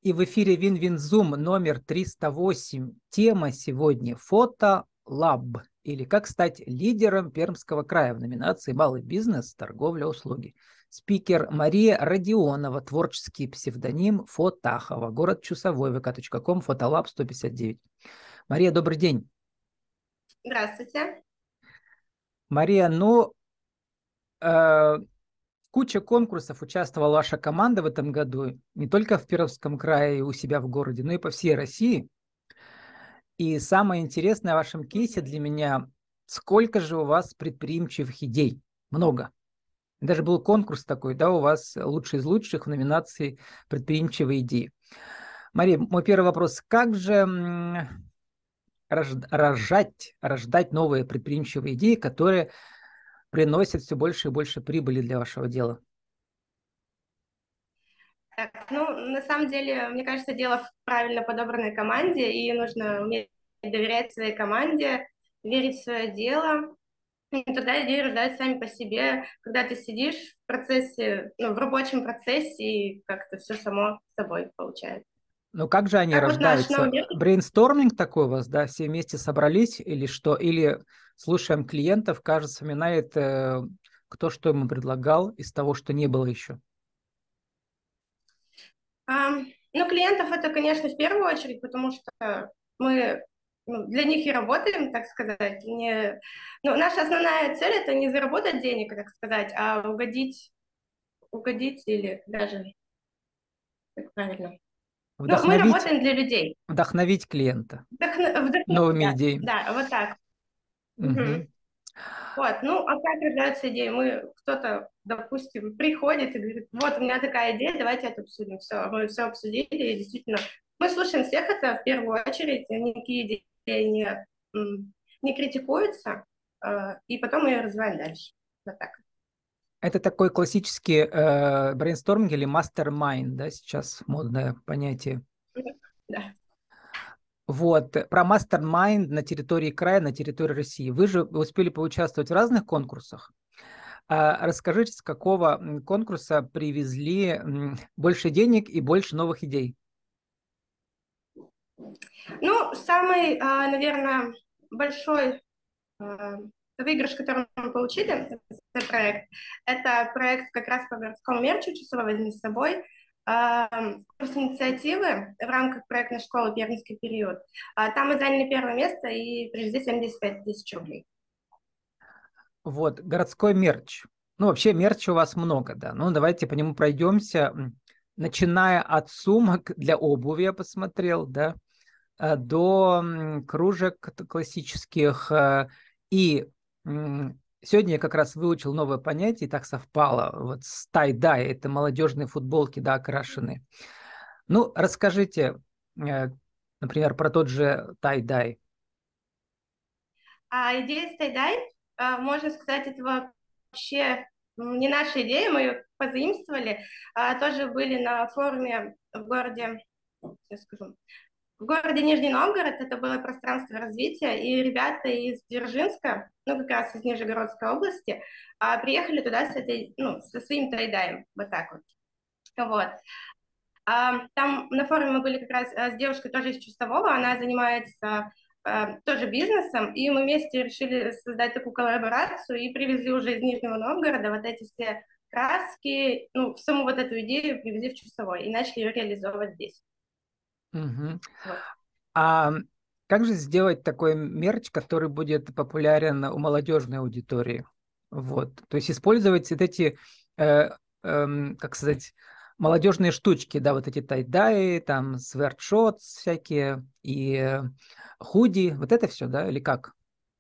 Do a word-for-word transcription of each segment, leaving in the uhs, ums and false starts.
И в эфире Вин-Вин-Зум номер триста восемь. Тема сегодня «Фотолаб» или «Как стать лидером Пермского края» в номинации «Малый бизнес, торговля, услуги». Спикер Мария Родионова, творческий псевдоним Фотахова, город Чусовой, вэ ка точка ком, Фотолаб сто пятьдесят девять. Мария, добрый день. Здравствуйте. Мария, ну, э, куча конкурсов участвовала ваша команда в этом году, не только в Пермском крае и у себя в городе, но и по всей России. И самое интересное в вашем кейсе для меня, сколько же у вас предприимчивых идей? Много. Даже был конкурс такой, да, у вас лучший из лучших в номинации «Предприимчивые идеи». Мария, мой первый вопрос. Как же м, рожд- рожать, рождать новые предприимчивые идеи, которые приносят все больше и больше прибыли для вашего дела? Так, ну, на самом деле, мне кажется, дело в правильно подобранной команде, и нужно уметь доверять своей команде, верить в свое дело, и тогда идеи рождаются сами по себе, когда ты сидишь в процессе, ну, в рабочем процессе, и как-то все само с собой получается. Ну, как же они Как вот наш рождаются? новый Брейнсторминг такой у вас, да? Все вместе собрались или что? Или слушаем клиентов, каждый вспоминает, э, кто что ему предлагал из того, что не было еще? А, ну, клиентов это, конечно, в первую очередь, потому что мы ну, для них и работаем, так сказать. Не... Ну, наша основная цель это не заработать денег, так сказать, а угодить, угодить или даже, как правильно. Ну, мы Вдохновить, работаем для людей. вдохновить клиента Вдохно- вдохновить, новыми да, идеями. да, вот так. Мгм. Мгм. Вот, ну, а как рождаются идеи? Мы, кто-то, допустим, приходит и говорит, вот, у меня такая идея, давайте это обсудим. Все, мы все обсудили, и действительно, мы слушаем всех это в первую очередь, никакие идеи не, м, не критикуются, э, и потом мы ее развиваем дальше. Вот так. Это такой классический э, брейнсторминг или мастер-майнд, да, сейчас модное понятие. Да. Вот, про мастер-майнд на территории края, на территории России. Вы же успели поучаствовать в разных конкурсах. А расскажите, с какого м, конкурса привезли м, больше денег и больше новых идей? Ну, самый, а, наверное, большой а, выигрыш, который мы получили за проект, это проект как раз по городскому мерчу «Часово возьми с собой», а, курс инициативы в рамках проектной школы «Пермский период». А, Там мы заняли первое место и привезли семьдесят пять тысяч рублей. Вот, городской мерч. Ну, вообще мерча у вас много, да. Ну, давайте по нему пройдемся. М, Начиная от сумок для обуви, я посмотрел, да, э, до м, кружек т- классических. э, И м, сегодня я как раз выучил новое понятие, и так совпало. Вот с тай-дай, это молодежные футболки, да, окрашенные. Ну, расскажите, э, например, про тот же тай-дай. А идея с Тайдай, а, можно сказать, это вообще м, не наша идея, мы ее позаимствовали, а, тоже были на форуме в городе, сейчас скажу, в городе Нижний Новгород, это было пространство развития, и ребята из Дзержинска, ну, как раз из Нижегородской области, а, приехали туда с этой, ну, со своим тайдаем, вот так вот. Вот. А, там на форуме мы были как раз а, с девушкой тоже из Чистового, она занимается а, тоже бизнесом, и мы вместе решили создать такую коллаборацию и привезли уже из Нижнего Новгорода вот эти все краски, ну, саму вот эту идею привезли в Чистовой и начали ее реализовывать здесь. Мгм. Вот. А как же сделать такой мерч, который будет популярен у молодежной аудитории? Вот. То есть использовать вот эти, э, эм, как сказать, молодежные штучки, да, вот эти тайдаи, там, сверчотс всякие и э, худи, вот это все, да, или как?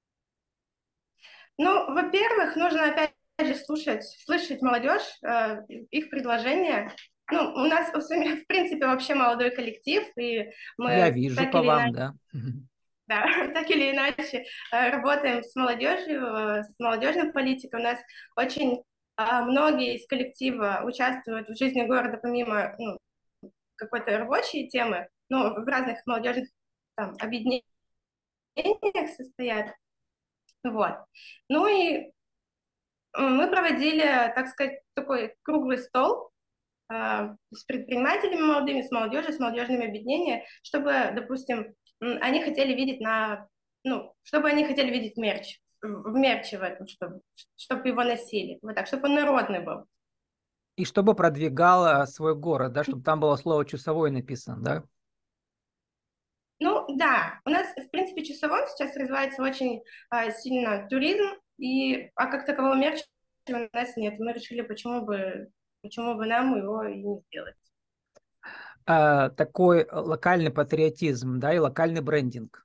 Ну, во-первых, нужно опять же слушать, слышать молодежь, э, их предложения. Ну, у нас, в принципе, вообще молодой коллектив, и Я мы вижу так по или вам, иначе, да. Мгм. да, так или иначе э, работаем с молодежью, э, с молодежной политикой. У нас очень э, многие из коллектива участвуют в жизни города помимо ну, какой-то рабочей темы, но в разных молодежных там, объединениях состоят. Вот. Ну и мы проводили, так сказать, такой круглый стол, с предпринимателями молодыми, с молодежью, с молодежными объединениями, чтобы, допустим, они хотели видеть на, ну, чтобы они хотели видеть мерч, в мерче в этом, чтобы, чтобы его носили, вот так, чтобы он народный был. И чтобы продвигал свой город, да, чтобы там было слово «часовой» написано, да? Ну, да, у нас, в принципе, часовом сейчас развивается очень а, сильно туризм, и, а как такового мерча у нас нет. Мы решили, почему бы, почему бы нам его и не сделать. А, такой локальный патриотизм, да, и локальный брендинг.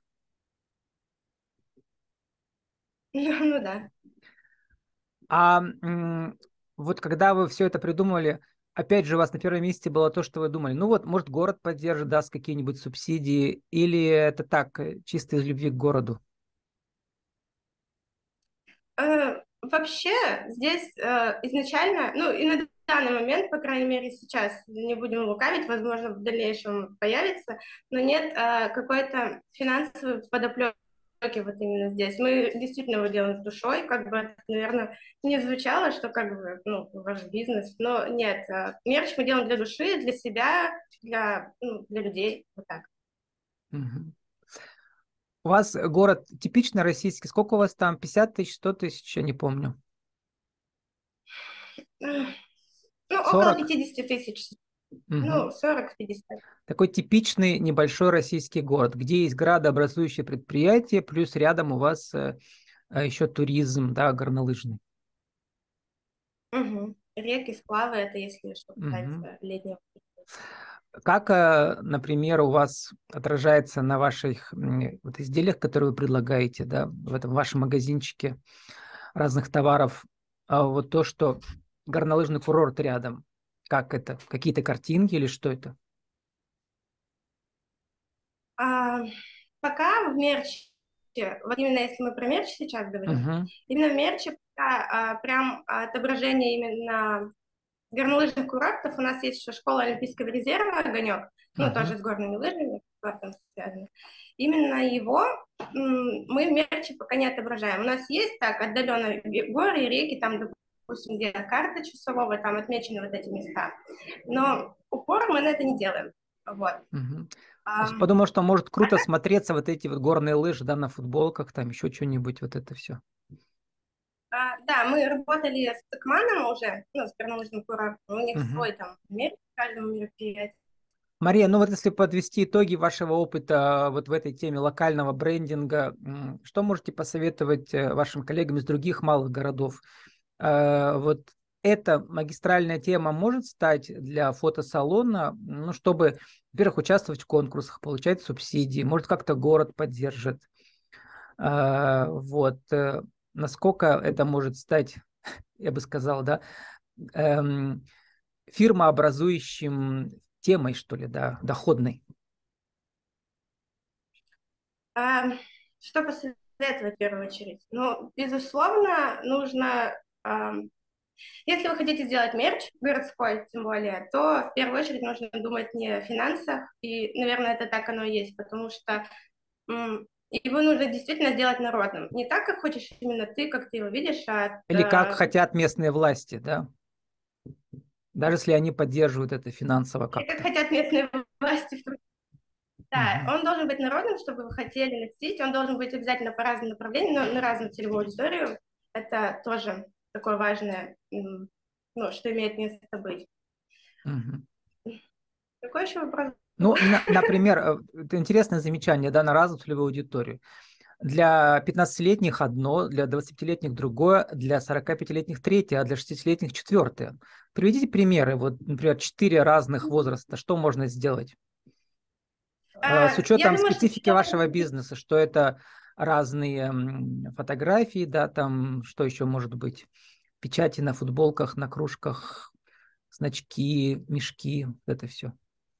Ну, ну да. А м, вот когда вы все это придумали, опять же, у вас на первом месте было то, что вы думали, ну вот, может, город поддержит, даст какие-нибудь субсидии, или это так, э, чисто из любви к городу? Э, вообще, здесь э, изначально, ну, и на данный момент, по крайней мере, сейчас, не будем лукавить, возможно, в дальнейшем появится, но нет э, какой-то финансовой подоплеки вот именно здесь. Мы действительно его делаем с душой, как бы это, наверное, не звучало, что как бы, ну, ваш бизнес, но нет, э, мерч мы делаем для души, для себя, для, ну, для людей, вот так. Мгм. У вас город типично российский. Сколько у вас там? пятьдесят тысяч, сто тысяч, я не помню. Эх, ну, около сорок? пятьдесят тысяч, Мгм. ну, сорок-пятьдесят. Такой типичный небольшой российский город, где есть градообразующие предприятия, плюс рядом у вас э, э, еще туризм, да, горнолыжный. Угу. Реки, сплавы, это если что Мгм. касается летнего. Как, э, например, у вас отражается на ваших м, вот изделиях, которые вы предлагаете, да, в этом вашем магазинчике разных товаров, а вот то, что горнолыжный курорт рядом, как это? Какие-то картинки или что это? А, пока в мерче, вот именно если мы про мерч сейчас говорим, Мгм. именно в мерче пока, а, прям отображение именно горнолыжных курортов. У нас есть еще школа Олимпийского резерва «Огонек», ну, Мгм. тоже с горными лыжами, спортом связано. Именно его м, мы в мерче пока не отображаем. У нас есть так отдаленно горы и реки, там, допустим, где карта часового, там отмечены вот эти места. Но упор мы на это не делаем. Вот. Мгм. А, Просто подумал, что может а круто смотреться вот эти вот горные лыжи, да, на футболках, там еще что-нибудь, вот это все. А, да, мы работали с Токманом уже, ну, с горнолыжным курортом, у них свой там мерч к каждому мероприятию. Мария, ну вот если подвести итоги вашего опыта вот в этой теме локального брендинга, м, что можете посоветовать э, вашим коллегам из других малых городов? Э, Вот эта магистральная тема может стать для фотосалона, ну, чтобы, во-первых, участвовать в конкурсах, получать субсидии, может, как-то город поддержит. Э, Вот. э, Насколько это может стать, я бы сказал, да, эм, фирмообразующим темой, что ли, да, доходной. А, что посоветовать в первую очередь? Ну, безусловно, нужно, а, если вы хотите сделать мерч городской, тем более, то в первую очередь нужно думать не о финансах, и, наверное, это так оно и есть, потому что м, его нужно действительно сделать народным. Не так, как хочешь именно ты, как ты его видишь, а Или как э, хотят местные власти, да, даже если они поддерживают это финансово и как как-то. хотят местные власти. Да, Мгм. он должен быть народным, чтобы вы хотели носить, он должен быть обязательно по разным направлениям, но на разную целевую аудиторию. Это тоже такое важное, м, ну, что имеет место быть. Мгм. Какой еще вопрос был? Ну, на- например, э, это интересное замечание, да, на разную целевую аудиторию. Для пятнадцатилетних одно, для двадцатипятилетних другое, для сорокапятилетних третье, а для шестидесятилетних четвертое. Приведите примеры, вот, например, четыре разных возраста, что можно сделать? Э, С А, я учетом думаю, что специфики сейчас вашего бизнеса, что это разные м, фотографии, да, там, что еще может быть? Печати на футболках, на кружках, значки, мешки, вот это все.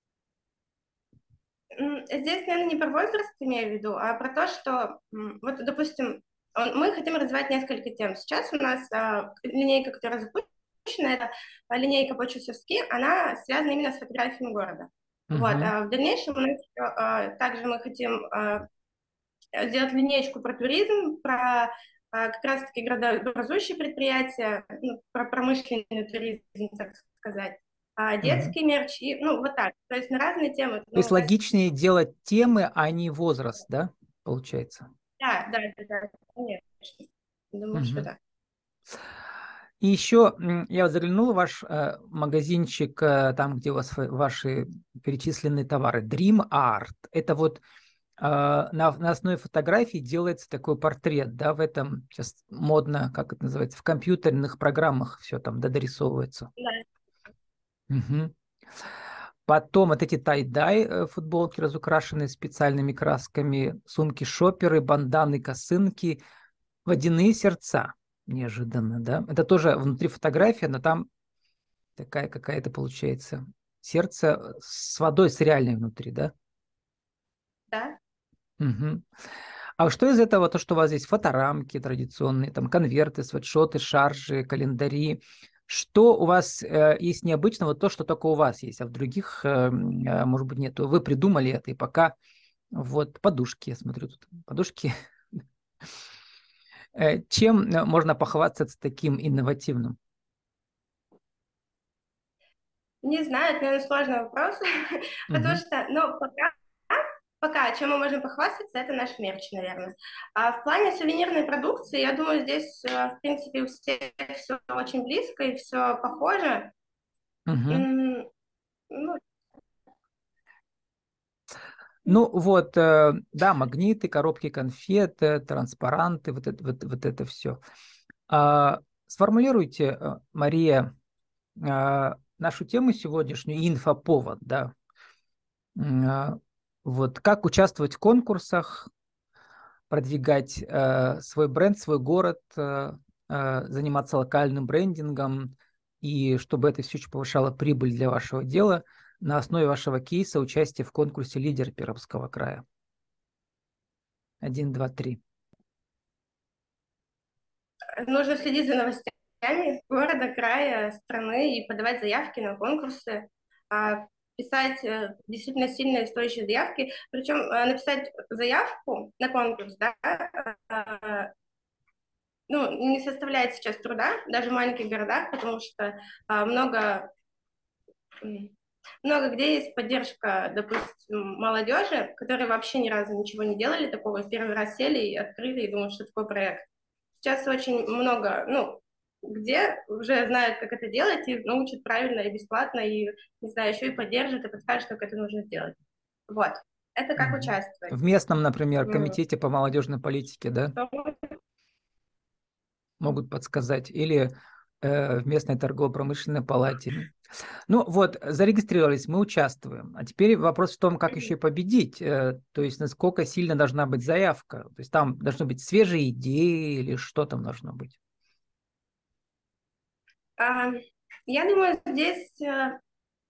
м, здесь, наверное, не про возраст имею в виду, а про то, что, м, вот, допустим, он- мы хотим развивать несколько тем. Сейчас у нас а, линейка, которая запущена, это а, линейка по-чусовски, она связана именно с фотографиями города. Вот. Мгм. А в дальнейшем у нас еще, а, также мы хотим а, сделать линейку про туризм, про а, как раз-таки градообразующие предприятия, ну, про промышленный туризм, так сказать. а, Мгм. детский мерч, и, ну, вот так. То есть на разные темы. То есть Ну, у нас, логичнее делать темы, а не возраст, да, получается? да, да, да, да, конечно. Думаю, что Мгм. да. И еще м, я вот заглянул в ваш э, магазинчик, э, там, где у вас ва- ваши перечисленные товары. Dream Art. Это вот э, на, на основе фотографий делается такой портрет, да, в этом сейчас модно, как это называется, в компьютерных программах все там да, дорисовывается. Да, Мгм. Потом вот эти тай-дай э, футболки, разукрашенные специальными красками, сумки-шоперы, банданы, косынки, водяные сердца. Неожиданно, да? Это тоже внутри фотография, но там такая какая-то получается сердце с водой, с реальной внутри, да? да. Мгм. А что из этого, то, что у вас здесь фоторамки традиционные, там конверты, свитшоты, шаржи, календари, что у вас э, есть необычного, то, что только у вас есть, а в других, э, м, э, может быть, нет. Вы придумали это, и пока вот подушки, я смотрю, тут подушки. Э, Чем э, можно похвастаться таким инновативным? Не знаю, это, наверное, сложный вопрос, потому Мгм. что, ну, пока, пока, чем мы можем похвастаться, это наш мерч, наверное. А в плане сувенирной продукции, я думаю, здесь, э, в принципе, у всех все очень близко и все похоже. Мгм. М, Ну, Ну вот, э, да, магниты, коробки конфет, э, транспаранты, вот это, вот, вот это все. А, сформулируйте, э, Мария, а, нашу тему сегодняшнюю, инфоповод, да. М, а, Вот как участвовать в конкурсах, продвигать э, свой бренд, свой город, э, э, заниматься локальным брендингом, и чтобы это все еще повышало прибыль для вашего дела на основе вашего кейса участия в конкурсе «Лидер Пермского края». Один, два, три. нужно следить за новостями города, края, страны и подавать заявки на конкурсы, а, писать э, действительно сильные стоящие заявки. Причем э, написать заявку на конкурс, да, э, ну, не составляет сейчас труда, даже в маленьких городах, потому что а, много, м, много где есть поддержка, допустим, молодежи, которые вообще ни разу ничего не делали такого, в первый раз сели и открыли и думают, что такое проект. Сейчас очень много, ну, где уже знают, как это делать, и научат правильно и бесплатно, и, не знаю, еще и поддержат, и подскажут, как это нужно сделать. Вот. Это как Мгм. участвовать. В местном, например, М, комитете по молодежной политике, да, что- могут подсказать, или э, в местной торгово-промышленной палате. Ну вот, зарегистрировались, мы участвуем. А теперь вопрос в том, как еще и победить. Э, то есть, насколько сильно должна быть заявка. То есть, там должны быть свежие идеи или что там должно быть. А, я думаю, здесь э,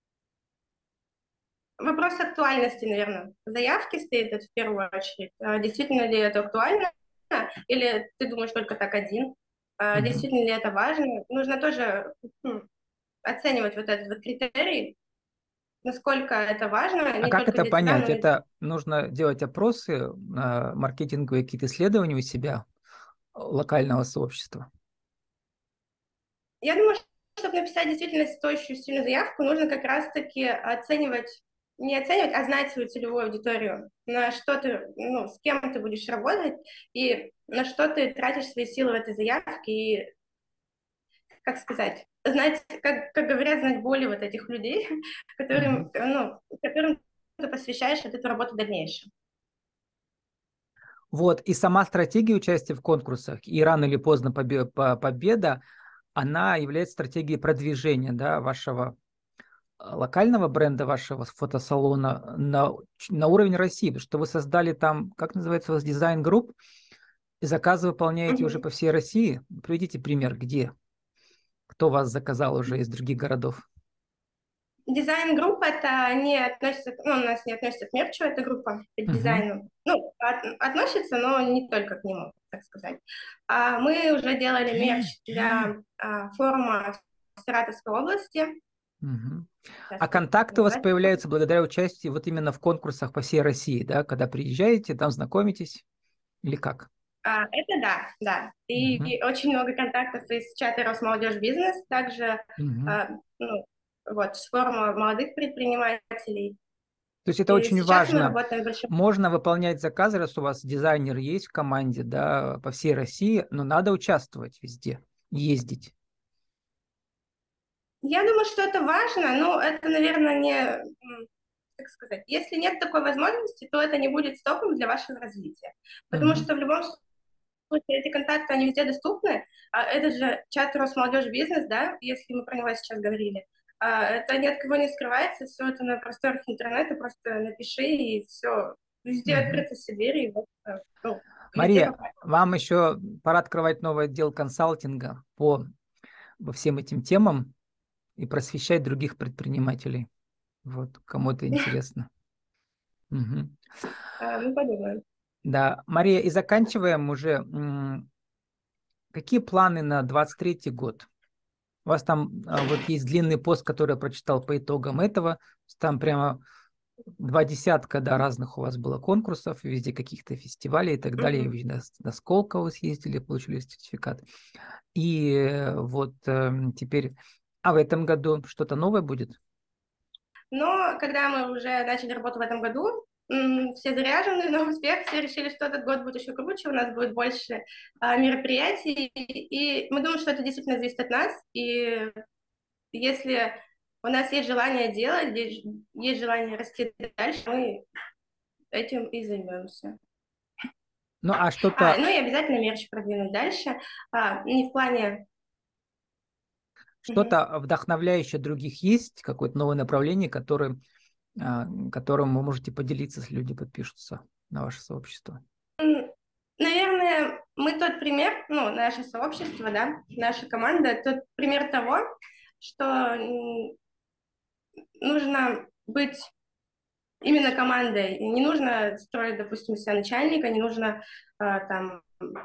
вопрос актуальности, наверное. Заявки стоит это в первую очередь. А, действительно ли это актуально? Или ты думаешь только так один? А, Мгм. действительно ли это важно? Нужно тоже м, оценивать вот этот вот критерий, насколько это важно А не как только это для тебя, понять? но и... Это нужно делать опросы, э, маркетинговые какие-то исследования у себя, э, локального сообщества. Я думаю, чтобы написать действительно стоящую сильную заявку, нужно как раз-таки оценивать, не оценивать, а знать свою целевую аудиторию, на что ты, ну, с кем ты будешь работать и на что ты тратишь свои силы в этой заявке и, как сказать, знать, как, как говорят, знать боли вот этих людей, Мгм. которым, ну, которым ты посвящаешь вот эту работу дальнейшую. Вот, и сама стратегия участия в конкурсах, и рано или поздно побе- по- победа, она является стратегией продвижения, да, вашего э, локального бренда, вашего фотосалона на, ч- на уровень России, потому что вы создали там, как называется у вас, дизайн-групп, и заказы выполняете уже Мгм. по всей России. Приведите пример, где, кто вас заказал уже из других городов. Дизайн-группа это не относится, ну, у нас не относится к мерчу, это группа по Мгм. дизайну. Ну, от- относится, но не только к нему, так сказать. А мы уже делали мерч для а, форума в Саратовской области. Мгм. Сейчас А как контакты у вас называется. появляются благодаря участию вот именно в конкурсах по всей России, да, когда приезжаете, там знакомитесь или как? А, это да, да. Мгм. И очень много контактов из чата Росмолодежь Бизнес. Также Мгм. а, ну, вот, с форума молодых предпринимателей. То есть это И очень сейчас мы важно. работаем в большом... Можно выполнять заказы, раз у вас дизайнер есть в команде, да, по всей России, но надо участвовать везде, ездить. Я думаю, что это важно, но это, наверное, не, м, как сказать, если нет такой возможности, то это не будет стопом для вашего развития. Потому Мгм. что в любом случае эти контакты, они везде доступны. А это же чат Росмолодежь бизнес, да, если мы про него сейчас говорили. А это ни от кого не скрывается, все это на просторах интернета, просто напиши, и все. Везде Мгм. открыты все двери, и вот, э, ну, везде Мария, попасть. вам еще пора открывать новый отдел консалтинга по, по всем этим темам и просвещать других предпринимателей. Вот, кому это интересно. Мгм. А, Мы подумаем. Да, Мария, и заканчиваем уже. М, Какие планы на двадцать третий год? У вас там а, вот есть длинный пост, который я прочитал по итогам этого. Там прямо два десятка, да, разных у вас было конкурсов, везде каких-то фестивалей и так далее. И Мгм. вы на, на Сколково съездили, получили сертификат. И э, вот эм, теперь... А в этом году что-то новое будет? Но когда мы уже начали работу в этом году, м, все заряжены на успех, все решили, что этот год будет еще круче, у нас будет больше а, мероприятий, и мы думаем, что это действительно зависит от нас, и если у нас есть желание делать, есть, есть желание расти дальше, мы этим и займемся. Ну, а А, что-то ну и обязательно мерч продвинуть дальше, а, не в плане... Мгм. что-то вдохновляющее других есть? Какое-то новое направление, которое, а, которым вы можете поделиться, если люди подпишутся на ваше сообщество? М, Наверное, мы тот пример, ну, наше сообщество, да, наша команда, тот пример того, что м, нужно быть именно командой. Не нужно строить, допустим, себя начальника, не нужно а, там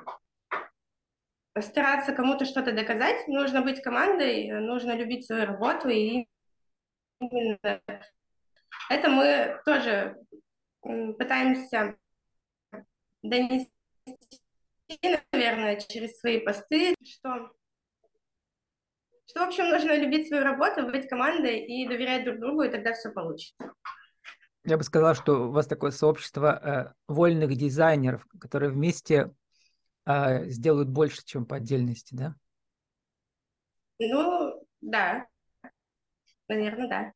стараться кому-то что-то доказать. Нужно быть командой, нужно любить свою работу. И именно это мы тоже м, пытаемся донести, наверное, через свои посты, что, что, в общем, нужно любить свою работу, быть командой и доверять друг другу, и тогда все получится. Я бы сказал, что у вас такое сообщество э, вольных дизайнеров, которые вместе э, сделают больше, чем по отдельности, да? Ну, да, наверное, да.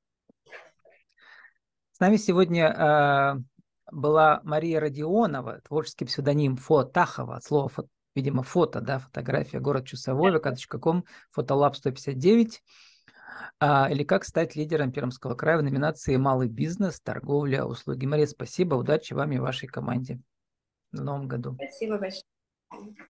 С нами сегодня э, была Мария Родионова, творческий псевдоним Фо Тахова, от слова, фо- видимо, фото, да, фотография, город Чусовой, вэ ка точка ком, фотолаб сто пятьдесят девять, а, или как стать лидером Пермского края в номинации «Малый бизнес, торговля, услуги». Мария, спасибо, удачи вам и вашей команде в новом году. Спасибо большое.